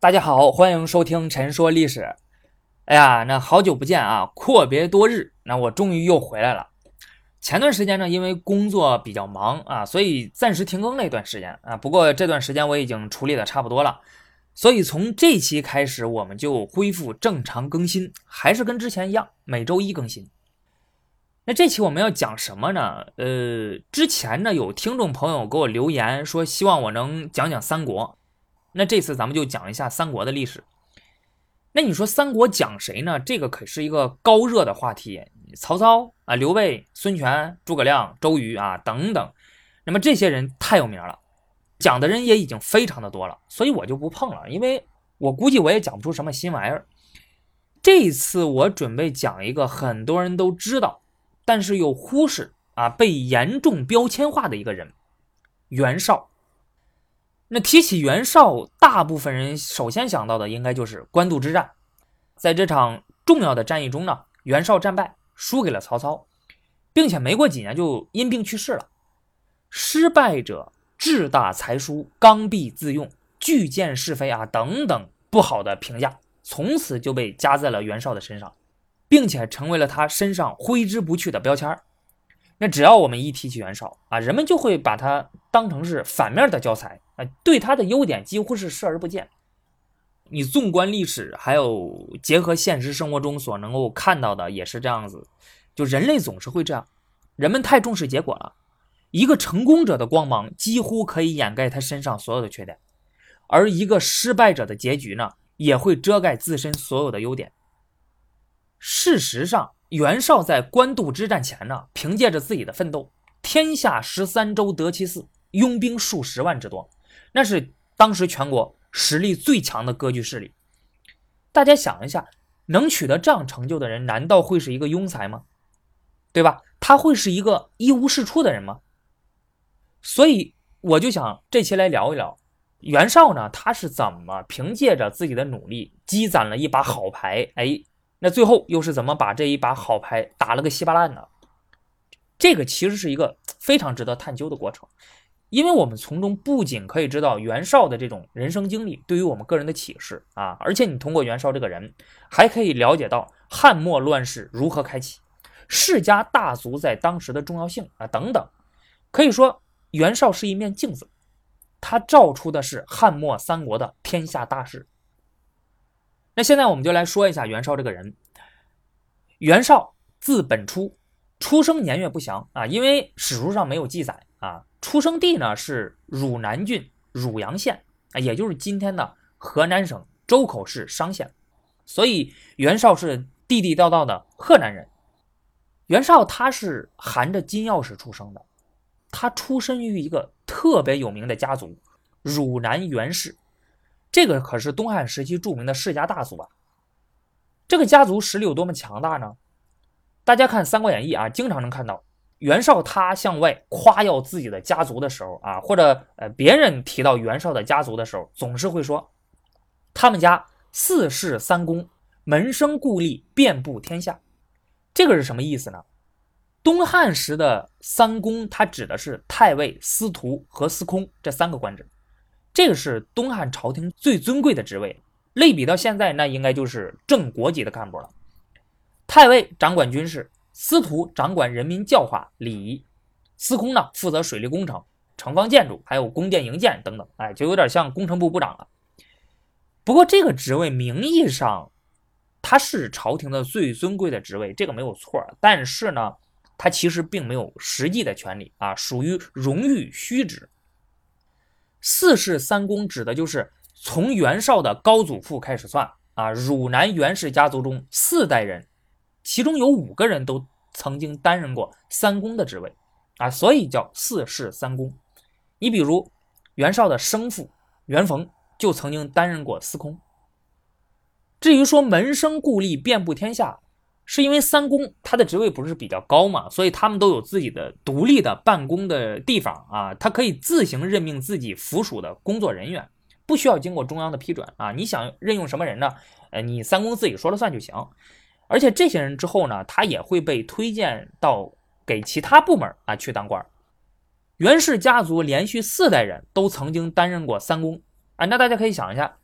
大家好，欢迎收听陈说历史。哎呀，那好久不见啊，阔别多日，那我终于又回来了。前段时间呢，因为工作比较忙啊，所以暂时停更了一段时间啊。不过这段时间我已经处理的差不多了，所以从这期开始我们就恢复正常更新，还是跟之前一样，每周一更新。那这期我们要讲什么呢？之前呢有听众朋友给我留言说希望我能讲讲三国，那这次咱们就讲一下三国的历史。那你说三国讲谁呢？这个可是一个高热的话题，曹操啊、刘备、孙权、诸葛亮、周瑜啊等等，那么这些人太有名了，讲的人也已经非常的多了，所以我就不碰了，因为我估计我也讲不出什么新玩意儿。这一次我准备讲一个很多人都知道，但是又忽视啊，被严重标签化的一个人，袁绍。那提起袁绍，大部分人首先想到的应该就是官渡之战。在这场重要的战役中呢，袁绍战败，输给了曹操，并且没过几年就因病去世了。失败者志大才疏，刚愎自用，拒见是非啊等等不好的评价，从此就被加在了袁绍的身上，并且成为了他身上挥之不去的标签。那只要我们一提起袁绍啊，人们就会把他当成是反面的教材啊，对他的优点几乎是视而不见。你纵观历史，还有结合现实生活中所能够看到的也是这样子，就人类总是会这样，人们太重视结果了，一个成功者的光芒几乎可以掩盖他身上所有的缺点，而一个失败者的结局呢，也会遮盖自身所有的优点。事实上，袁绍在官渡之战前呢，凭借着自己的奋斗，天下13州得其四，拥兵数十万之多，那是当时全国实力最强的割据势力。大家想一下，能取得这样成就的人，难道会是一个庸才吗？对吧？他会是一个一无是处的人吗？所以我就想这期来聊一聊袁绍呢，他是怎么凭借着自己的努力积攒了一把好牌，那最后又是怎么把这一把好牌打了个稀巴烂呢？这个其实是一个非常值得探究的过程，因为我们从中不仅可以知道袁绍的这种人生经历对于我们个人的启示啊，而且你通过袁绍这个人，还可以了解到汉末乱世如何开启，世家大族在当时的重要性啊等等。可以说袁绍是一面镜子，他照出的是汉末三国的天下大势。那现在我们就来说一下袁绍这个人。袁绍字本初，出生年月不详啊，因为史书上没有记载啊。出生地呢是汝南郡汝阳县啊，也就是今天的河南省周口市商县，所以袁绍是地地道道的河南人。袁绍他是含着金钥匙出生的，他出身于一个特别有名的家族汝南袁氏，这个可是东汉时期著名的世家大族啊。这个家族实力有多么强大呢？大家看《三国演义》啊，经常能看到袁绍他向外夸耀自己的家族的时候啊，或者别人提到袁绍的家族的时候，总是会说他们家四世三公，门生故吏遍布天下。这个是什么意思呢？东汉时的三公，它指的是太尉、司徒和司空这三个官职，这个是东汉朝廷最尊贵的职位，类比到现在那应该就是正国级的干部了。太尉掌管军事，司徒掌管人民教化礼仪，司空呢负责水利工程、城防建筑，还有宫殿营建等等，就有点像工程部部长了。不过这个职位名义上它是朝廷的最尊贵的职位，这个没有错，但是呢它其实并没有实际的权利啊，属于荣誉虚职。四世三公指的就是从袁绍的高祖父开始算啊，汝南袁氏家族中4代人，其中有5个人都曾经担任过三公的职位啊，所以叫四世三公。你比如袁绍的生父袁逢就曾经担任过司空。至于说门生故吏遍布天下，是因为三公他的职位不是比较高嘛，所以他们都有自己的独立的办公的地方啊，他可以自行任命自己附属的工作人员，不需要经过中央的批准啊。你想任用什么人呢？你三公自己说了算就行。而且这些人之后呢，他也会被推荐到给其他部门啊去当官。袁氏家族连续4代人都曾经担任过三公啊，那大家可以想一下，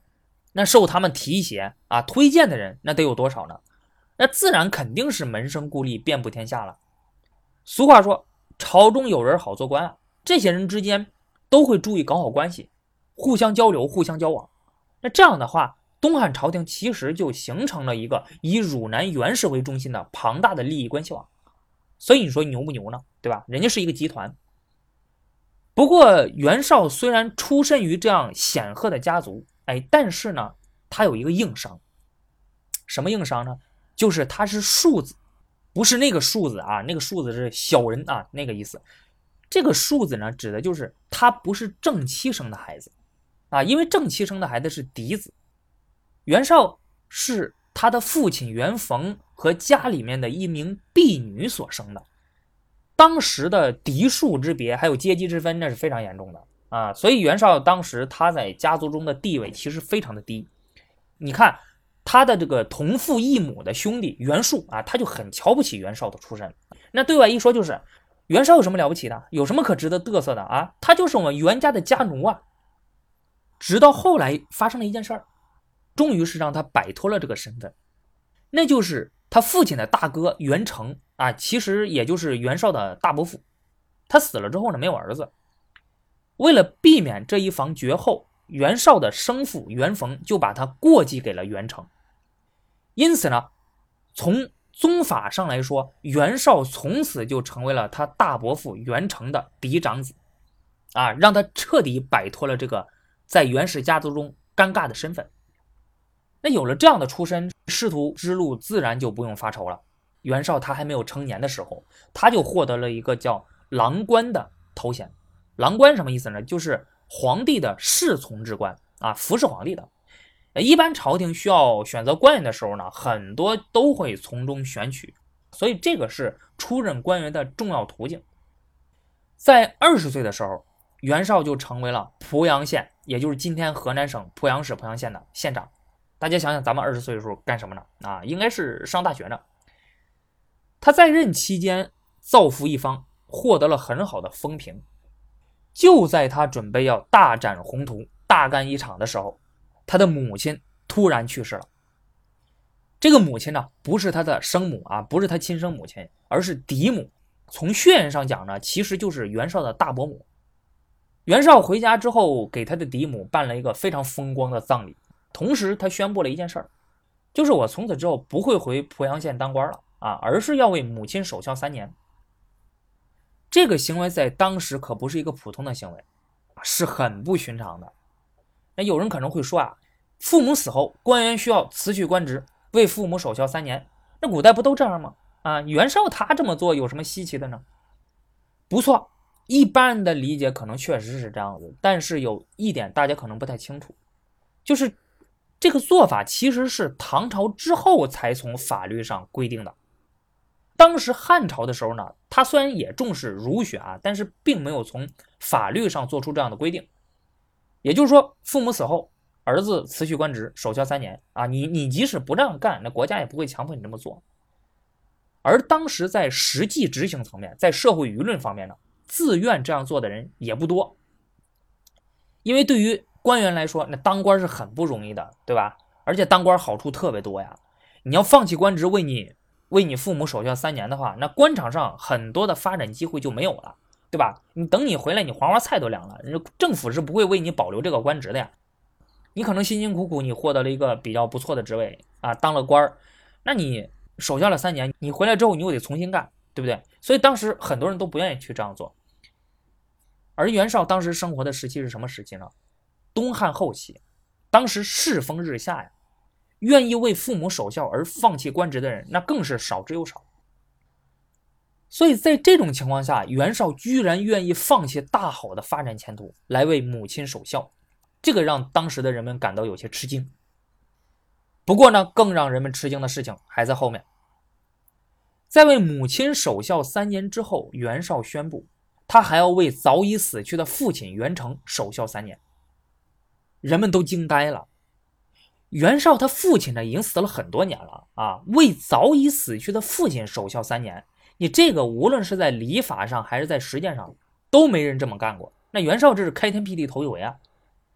那受他们提携啊推荐的人那得有多少呢？那自然肯定是门生故吏遍布天下了。俗话说朝中有人好做官啊，这些人之间都会注意搞好关系，互相交流，互相交往。那这样的话，东汉朝廷其实就形成了一个以汝南袁氏为中心的庞大的利益关系网。所以你说牛不牛呢？对吧？人家是一个集团。不过袁绍虽然出身于这样显赫的家族，但是呢，他有一个硬伤。什么硬伤呢？就是他是庶子，不是那个庶子啊，那个庶子是小人啊，那个意思。这个庶子呢，指的就是他不是正妻生的孩子啊，因为正妻生的孩子是嫡子。袁绍是他的父亲袁逢和家里面的一名婢女所生的。当时的嫡庶之别还有阶级之分，那是非常严重的啊，所以袁绍当时他在家族中的地位其实非常的低。你看他的这个同父异母的兄弟袁术啊，他就很瞧不起袁绍的出身。那对外一说就是袁绍有什么了不起的，有什么可值得嘚瑟的啊？他就是我们袁家的家奴啊。直到后来发生了一件事儿，终于是让他摆脱了这个身份，那就是他父亲的大哥袁成啊，其实也就是袁绍的大伯父。他死了之后呢，没有儿子。为了避免这一房绝后，袁绍的生父袁逢就把他过继给了袁成。因此呢，从宗法上来说，袁绍从此就成为了他大伯父袁成的嫡长子啊，让他彻底摆脱了这个在袁氏家族中尴尬的身份。那有了这样的出身，仕途之路自然就不用发愁了。袁绍他还没有成年的时候，他就获得了一个叫郎官的头衔。郎官什么意思呢？就是皇帝的侍从之官啊，服侍皇帝的。一般朝廷需要选择官员的时候呢，很多都会从中选取，所以这个是出任官员的重要途径。在20岁的时候，袁绍就成为了濮阳县，也就是今天河南省濮阳市濮阳县的县长。大家想想，咱们20岁的时候干什么呢？啊，应该是上大学呢。他在任期间造福一方，获得了很好的风评。就在他准备要大展宏图、大干一场的时候，他的母亲突然去世了。这个母亲呢，不是他的生母啊，不是他亲生母亲，而是嫡母。从血缘上讲呢，其实就是袁绍的大伯母。袁绍回家之后，给他的嫡母办了一个非常风光的葬礼，同时他宣布了一件事儿，就是我从此之后不会回濮阳县当官了啊，而是要为母亲守孝3年。这个行为在当时可不是一个普通的行为，是很不寻常的。那有人可能会说啊，父母死后官员需要辞去官职，为父母守孝3年，那古代不都这样吗？啊，袁绍他这么做有什么稀奇的呢？不错，一般人的理解可能确实是这样子，但是有一点大家可能不太清楚，就是这个做法其实是唐朝之后才从法律上规定的。当时汉朝的时候呢，他虽然也重视儒学啊，但是并没有从法律上做出这样的规定。也就是说，父母死后，儿子辞去官职，守孝3年啊，你即使不这样干，那国家也不会强迫你这么做。而当时在实际执行层面，在社会舆论方面呢，自愿这样做的人也不多。因为对于官员来说，那当官是很不容易的，对吧？而且当官好处特别多呀。你要放弃官职为你父母守孝3年的话，那官场上很多的发展机会就没有了，对吧？你等你回来，你黄花菜都凉了，政府是不会为你保留这个官职的呀。你可能辛辛苦苦你获得了一个比较不错的职位啊，当了官，那你守孝了3年，你回来之后你又得重新干，对不对？所以当时很多人都不愿意去这样做。而袁绍当时生活的时期是什么时期呢？东汉后期，当时世风日下呀，愿意为父母守孝而放弃官职的人，那更是少之又少。所以在这种情况下，袁绍居然愿意放弃大好的发展前途来为母亲守孝，这个让当时的人们感到有些吃惊。不过呢，更让人们吃惊的事情还在后面。在为母亲守孝3年之后，袁绍宣布他还要为早已死去的父亲袁成守孝3年。人们都惊呆了。袁绍他父亲呢已经死了很多年了啊，为早已死去的父亲守孝3年，你这个无论是在礼法上还是在实践上都没人这么干过。那袁绍这是开天辟地头一回啊。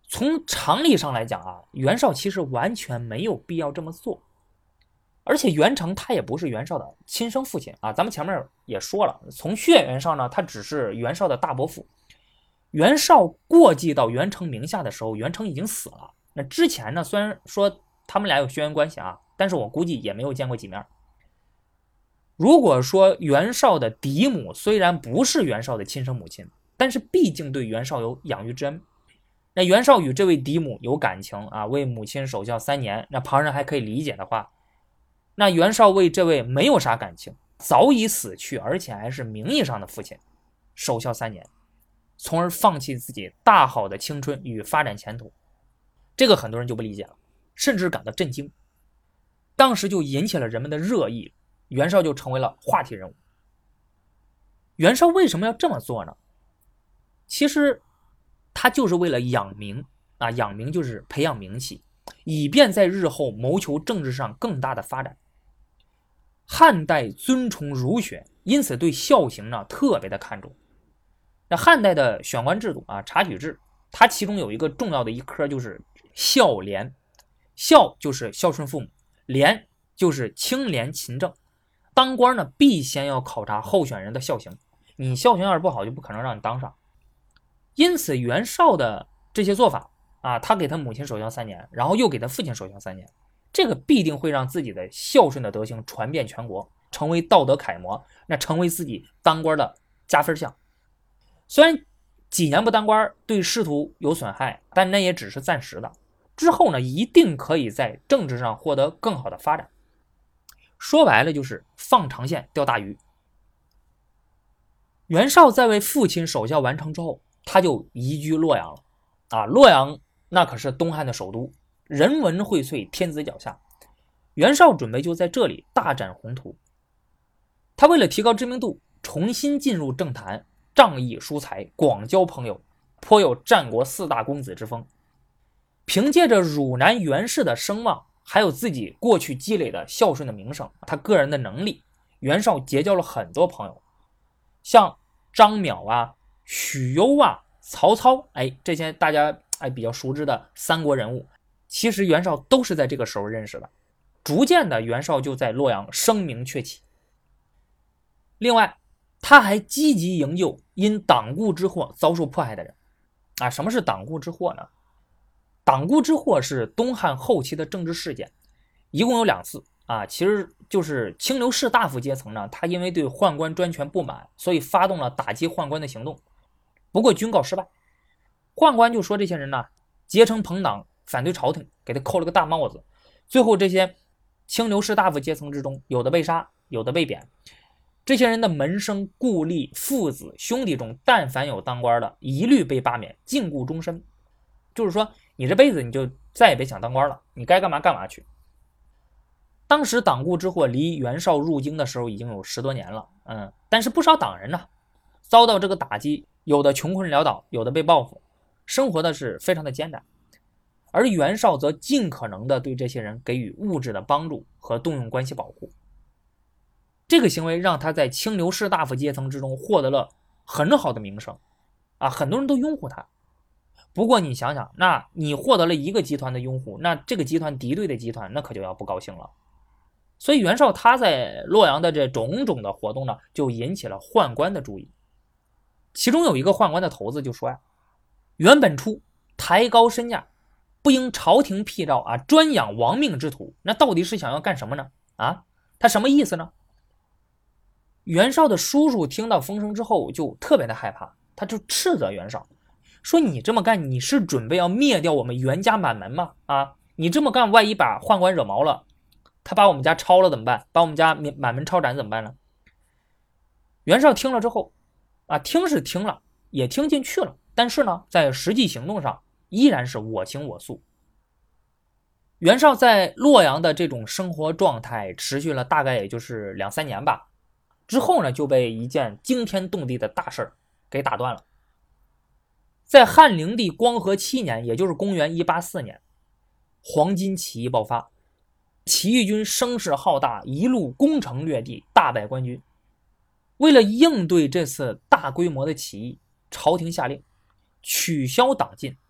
从常理上来讲啊，袁绍其实完全没有必要这么做。而且袁成他也不是袁绍的亲生父亲啊，咱们前面也说了，从血缘上呢，他只是袁绍的大伯父。袁绍过继到袁成名下的时候，袁成已经死了。那之前呢，虽然说他们俩有血缘关系啊，但是我估计也没有见过几面。如果说袁绍的嫡母虽然不是袁绍的亲生母亲，但是毕竟对袁绍有养育之恩，那袁绍与这位嫡母有感情啊，为母亲守孝3年，那旁人还可以理解的话，那袁绍为这位没有啥感情，早已死去，而且还是名义上的父亲守孝3年，从而放弃自己大好的青春与发展前途，这个很多人就不理解了，甚至感到震惊。当时就引起了人们的热议，袁绍就成为了话题人物。袁绍为什么要这么做呢？其实他就是为了养名啊，养名就是培养名气，以便在日后谋求政治上更大的发展。汉代尊崇儒学，因此对孝行呢特别的看重。那汉代的选官制度啊，察举制，它其中有一个重要的一科就是孝廉。孝就是孝顺父母，廉就是清廉勤政。当官呢，必先要考察候选人的孝行，你孝行要是不好，就不可能让你当上。因此袁绍的这些做法啊，他给他母亲守孝3年，然后又给他父亲守孝3年，这个必定会让自己的孝顺的德行传遍全国，成为道德楷模，那成为自己当官的加分项。虽然几年不当官对仕途有损害，但那也只是暂时的，之后呢，一定可以在政治上获得更好的发展。说白了就是放长线钓大鱼。袁绍在为父亲守孝完成之后，他就移居洛阳了啊。洛阳那可是东汉的首都，人文荟萃，天子脚下。袁绍准备就在这里大展宏图。他为了提高知名度，重新进入政坛，仗义疏财，广交朋友，颇有战国4大公子之风。凭借着汝南袁氏的声望，还有自己过去积累的孝顺的名声，他个人的能力，袁绍结交了很多朋友，像张邈啊、许攸啊、曹操，这些大家比较熟知的三国人物，其实袁绍都是在这个时候认识的。逐渐的，袁绍就在洛阳声名鹊起。另外，他还积极营救因党锢之祸遭受迫害的人啊。什么是党锢之祸呢？党锢之祸是东汉后期的政治事件，一共有2次啊。其实就是清流士大夫阶层呢，他因为对宦官专权不满，所以发动了打击宦官的行动，不过军告失败。宦官就说这些人呢结成朋党反对朝廷，给他扣了个大帽子。最后这些清流士大夫阶层之中，有的被杀，有的被贬。这些人的门生、故吏、父子、兄弟中，但凡有当官的，一律被罢免，禁锢终身。就是说，你这辈子你就再也别想当官了，你该干嘛干嘛去。当时党锢之祸离袁绍入京的时候已经有10多年了，但是不少党人呢遭到这个打击，有的穷困潦倒，有的被报复，生活的是非常的艰难。而袁绍则尽可能的对这些人给予物质的帮助和动用关系保护。这个行为让他在清流士大夫阶层之中获得了很好的名声啊，很多人都拥护他。不过你想想，那你获得了一个集团的拥护，那这个集团敌对的集团那可就要不高兴了。所以袁绍他在洛阳的这种种的活动呢，就引起了宦官的注意。其中有一个宦官的头子就说呀，袁本初抬高身价，不应朝廷辟诏啊，专养亡命之徒，那到底是想要干什么呢？啊，他什么意思呢？袁绍的叔叔听到风声之后就特别的害怕，他就斥责袁绍说，你这么干，你是准备要灭掉我们袁家满门吗？啊，你这么干，万一把宦官惹毛了，他把我们家抄了怎么办？把我们家满门抄斩怎么办呢？袁绍听了之后啊，听是听了，也听进去了，但是呢，在实际行动上依然是我行我素。袁绍在洛阳的这种生活状态持续了大概也就是2-3年吧，之后呢，就被一件惊天动地的大事给打断了。在汉灵帝光和7年，也就是公元184年，黄巾起义爆发，起义军声势浩大，一路攻城略地，大败官军。为了应对这次大规模的起义，朝廷下令取消党禁，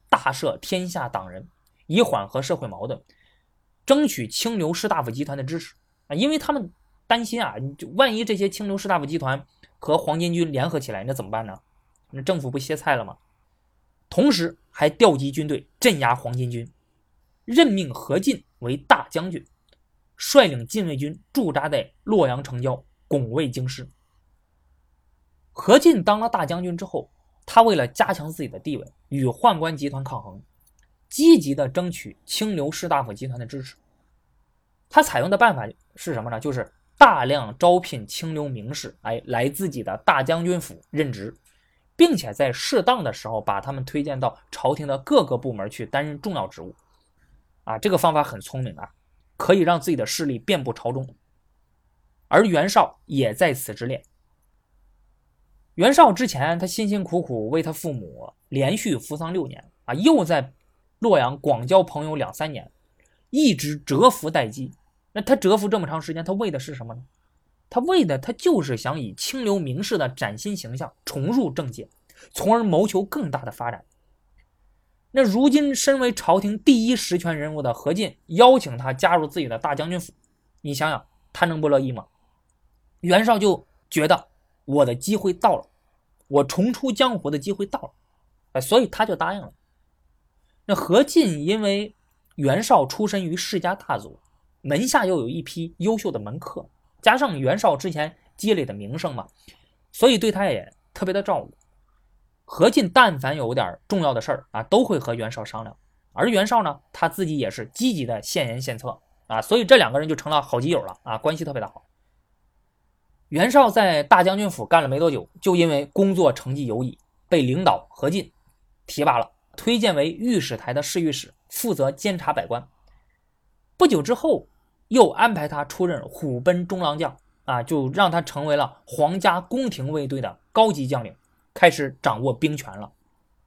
大赦天下党人，以缓和社会矛盾，争取清流士大夫集团的支持啊，因为他们担心啊，万一这些清流士大夫集团和黄巾军联合起来，那怎么办呢？那政府不歇菜了吗？同时还调集军队镇压黄巾军，任命何进为大将军，率领禁卫军驻扎在洛阳城郊，拱卫京师。何进当了大将军之后，他为了加强自己的地位，与宦官集团抗衡，积极的争取清流士大夫集团的支持。他采用的办法是什么呢？就是大量招聘清流名士来自己的大将军府任职，并且在适当的时候把他们推荐到朝廷的各个部门去担任重要职务。这个方法很聪明啊，可以让自己的势力遍布朝中。而袁绍也在此之列。袁绍之前他辛辛苦苦为他父母连续服丧6年又在洛阳广交朋友2-3年，一直蛰伏待机。那他蛰伏这么长时间，他为的是什么呢？他就是想以清流名士的崭新形象重入政界，从而谋求更大的发展。那如今身为朝廷第一实权人物的何进邀请他加入自己的大将军府，你想想他能不乐意吗？袁绍就觉得我的机会到了，我重出江湖的机会到了，所以他就答应了。那何进因为袁绍出身于世家大族，门下又有一批优秀的门客，加上袁绍之前积累的名声嘛，所以对他也特别的照顾。何进但凡有点重要的事儿都会和袁绍商量，而袁绍呢，他自己也是积极的献言献策所以这2个人就成了好基友了关系特别的好。袁绍在大将军府干了没多久，就因为工作成绩优异，被领导何进提拔了，推荐为御史台的侍御史，负责监察百官。不久之后，又安排他出任虎贲中郎将就让他成为了皇家宫廷卫队的高级将领，开始掌握兵权了。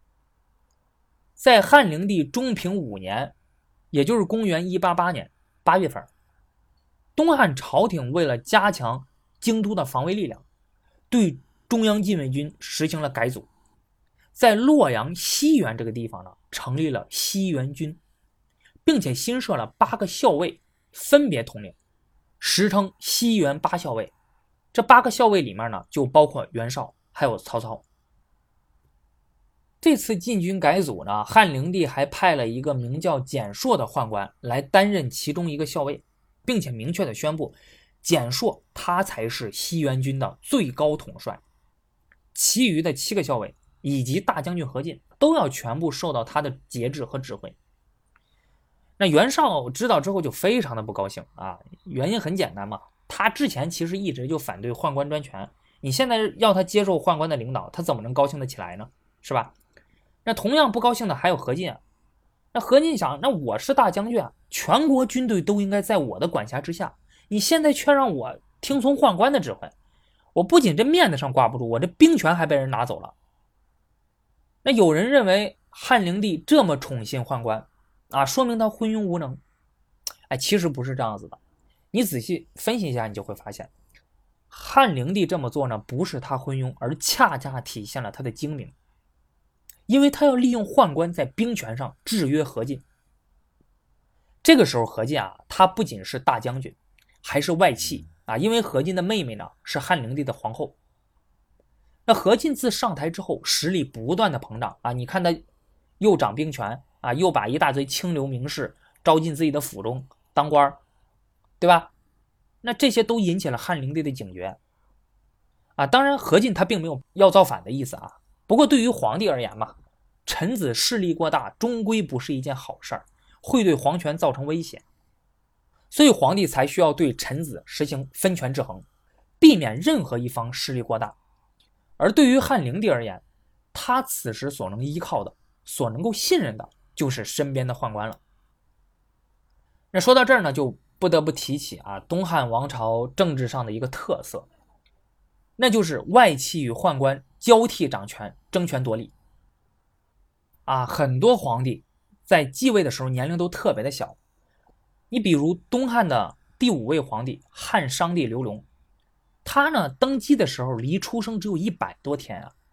在汉灵帝中平5年，也就是公元188年8月份，东汉朝廷为了加强京都的防卫力量，对中央禁卫军实行了改组，在洛阳西园这个地方呢，成立了西园军，并且新设了8个校尉，分别统领，时称西园8校尉。这8个校尉里面呢，就包括袁绍还有曹操。这次禁军改组呢，汉灵帝还派了一个名叫简硕的宦官来担任其中一个校尉，并且明确的宣布简硕他才是西园军的最高统帅，其余的7个校尉以及大将军何进都要全部受到他的节制和指挥。那袁绍知道之后就非常的不高兴原因很简单嘛，他之前其实一直就反对宦官专权，你现在要他接受宦官的领导，他怎么能高兴得起来呢？是吧？那同样不高兴的还有何进那何进想，那我是大将军全国军队都应该在我的管辖之下，你现在却让我听从宦官的指挥，我不仅这面子上挂不住，我这兵权还被人拿走了。那有人认为汉灵帝这么宠信宦官说明他昏庸无能。其实不是这样子的，你仔细分析一下，你就会发现汉灵帝这么做呢，不是他昏庸，而恰恰体现了他的精明，因为他要利用宦官在兵权上制约何进。这个时候何进他不仅是大将军，还是外戚因为何进的妹妹呢是汉灵帝的皇后。那何进自上台之后，实力不断的膨胀你看他又掌兵权又把一大堆清流名士招进自己的府中当官，对吧？那这些都引起了汉灵帝的警觉当然何进他并没有要造反的意思不过对于皇帝而言嘛，臣子势力过大终归不是一件好事儿，会对皇权造成威胁，所以皇帝才需要对臣子实行分权制衡，避免任何一方势力过大。而对于汉灵帝而言，他此时所能依靠的，所能够信任的就是身边的宦官了。那说到这儿呢，就不得不提起东汉王朝政治上的一个特色，那就是外戚与宦官交替掌权，争权夺利很多皇帝在继位的时候年龄都特别的小。你比如东汉的第5位皇帝汉商帝刘隆，他呢登基的时候离出生只有100多天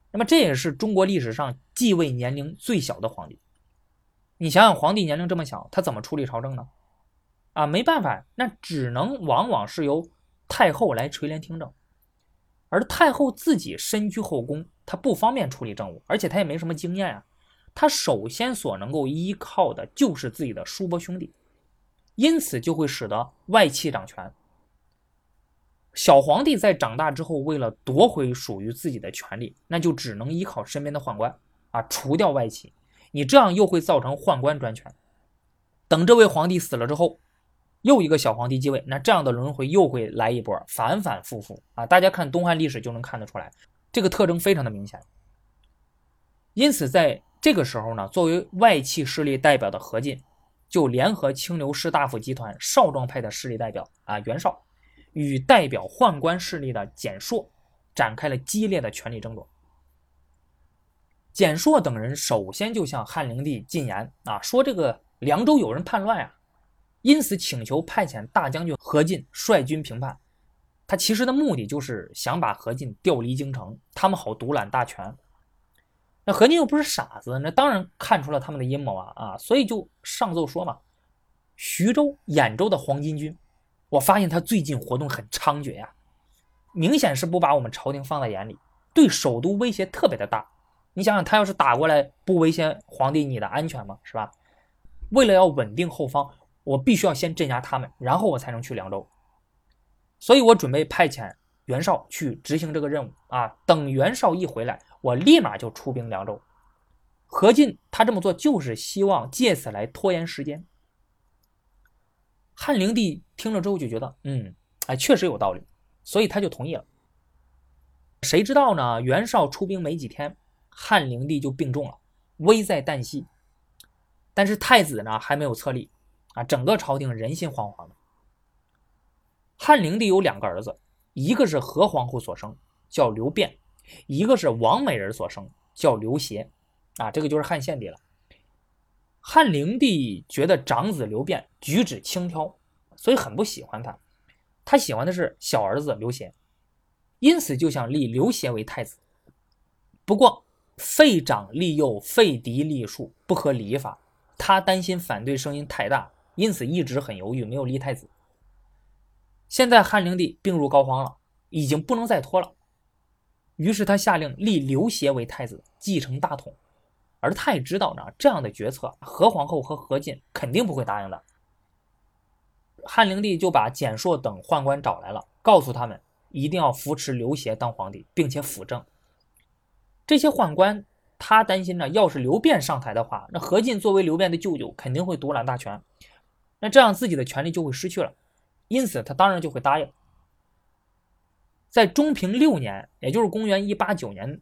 那么这也是中国历史上继位年龄最小的皇帝。你想想，皇帝年龄这么小，他怎么处理朝政呢？没办法，那只能往往是由太后来垂帘听政。而太后自己身居后宫，她不方便处理政务，而且她也没什么经验啊。她首先所能够依靠的就是自己的叔伯兄弟，因此就会使得外戚掌权。小皇帝在长大之后，为了夺回属于自己的权利，那就只能依靠身边的宦官除掉外戚。你这样又会造成宦官专权。等这位皇帝死了之后，又一个小皇帝继位，那这样的轮回又会来一波，反反复复大家看东汉历史就能看得出来，这个特征非常的明显。因此在这个时候呢，作为外戚势力代表的何进，就联合清流士大夫集团少壮派的势力代表袁绍，与代表宦官势力的蹇硕展开了激烈的权力争夺。蹇硕等人首先就向汉灵帝进言说这个凉州有人叛乱因此请求派遣大将军何进率军平叛。他其实的目的就是想把何进调离京城，他们好独揽大权。那何进又不是傻子，那当然看出了他们的阴谋所以就上奏说嘛，徐州、兖州的黄巾军，我发现他最近活动很猖獗明显是不把我们朝廷放在眼里，对首都威胁特别的大。你想想，他要是打过来，不威胁皇帝你的安全吗？是吧？为了要稳定后方，我必须要先镇压他们，然后我才能去凉州。所以我准备派遣袁绍去执行这个任务等袁绍一回来，我立马就出兵凉州。何进他这么做就是希望借此来拖延时间。汉灵帝听了之后就觉得确实有道理，所以他就同意了。谁知道呢，袁绍出兵没几天，汉灵帝就病重了，危在旦夕。但是太子呢还没有册立整个朝廷人心惶惶的。汉灵帝有2个儿子，一个是何皇后所生，叫刘辩；一个是王美人所生，叫刘协这个就是汉献帝了。汉灵帝觉得长子刘辩举止轻佻，所以很不喜欢他，他喜欢的是小儿子刘协，因此就想立刘协为太子。不过废长立幼，废嫡立庶不合礼法，他担心反对声音太大，因此一直很犹豫，没有立太子。现在汉灵帝病入膏肓了，已经不能再拖了，于是他下令立刘协为太子，继承大统。而他也知道呢，这样的决策何皇后和何进肯定不会答应的。汉灵帝就把蹇硕等宦官找来了，告诉他们一定要扶持刘协当皇帝，并且辅政。这些宦官他担心呢，要是刘辩上台的话，那何进作为刘辩的舅舅肯定会独揽大权，那这样自己的权力就会失去了，因此他当然就会答应。在中平6年，也就是公元189年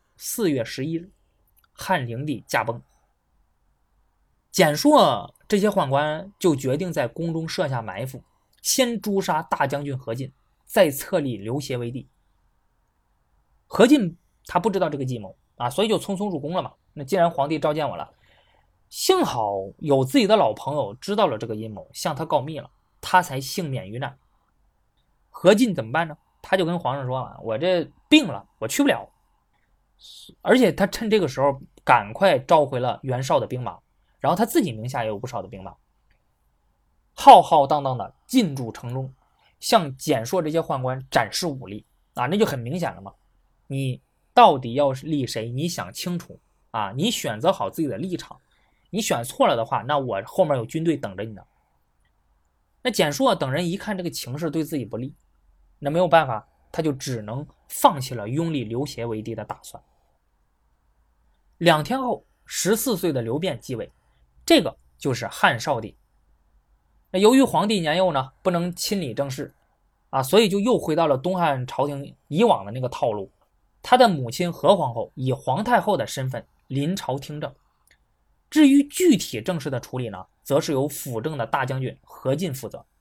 4月11日，汉灵帝驾崩。蹇硕这些宦官就决定在宫中设下埋伏，先诛杀大将军何进，再册立刘协为帝。何进他不知道这个计谋所以就匆匆入宫了嘛。那既然皇帝召见我了，幸好有自己的老朋友知道了这个阴谋，向他告密了，他才幸免于难。何进怎么办呢？他就跟皇上说我这病了，我去不了。而且他趁这个时候赶快召回了袁绍的兵马，然后他自己名下也有不少的兵马，浩浩荡荡的进驻城中，向蹇硕这些宦官展示武力那就很明显了嘛。你到底要立谁，你想清楚你选择好自己的立场，你选错了的话，那我后面有军队等着你呢。那蹇硕等人一看这个情势对自己不利，那没有办法，他就只能放弃了拥立刘协为帝的打算。2天后，14岁的刘辩继位，这个就是汉少帝。那由于皇帝年幼呢，不能亲理政事所以就又回到了东汉朝廷以往的那个套路。他的母亲何皇后以皇太后的身份临朝听政，至于具体政事的处理呢，则是由辅政的大将军何进负责。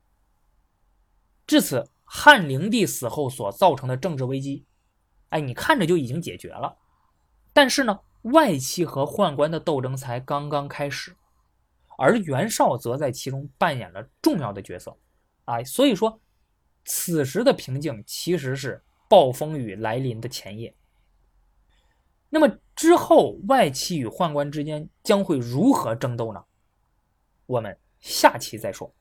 至此，汉灵帝死后所造成的政治危机你看着就已经解决了。但是呢，外戚和宦官的斗争才刚刚开始，而袁绍则在其中扮演了重要的角色所以说此时的平静其实是暴风雨来临的前夜。 那么之后外戚与宦官之间将会如何争斗呢？我们下期再说。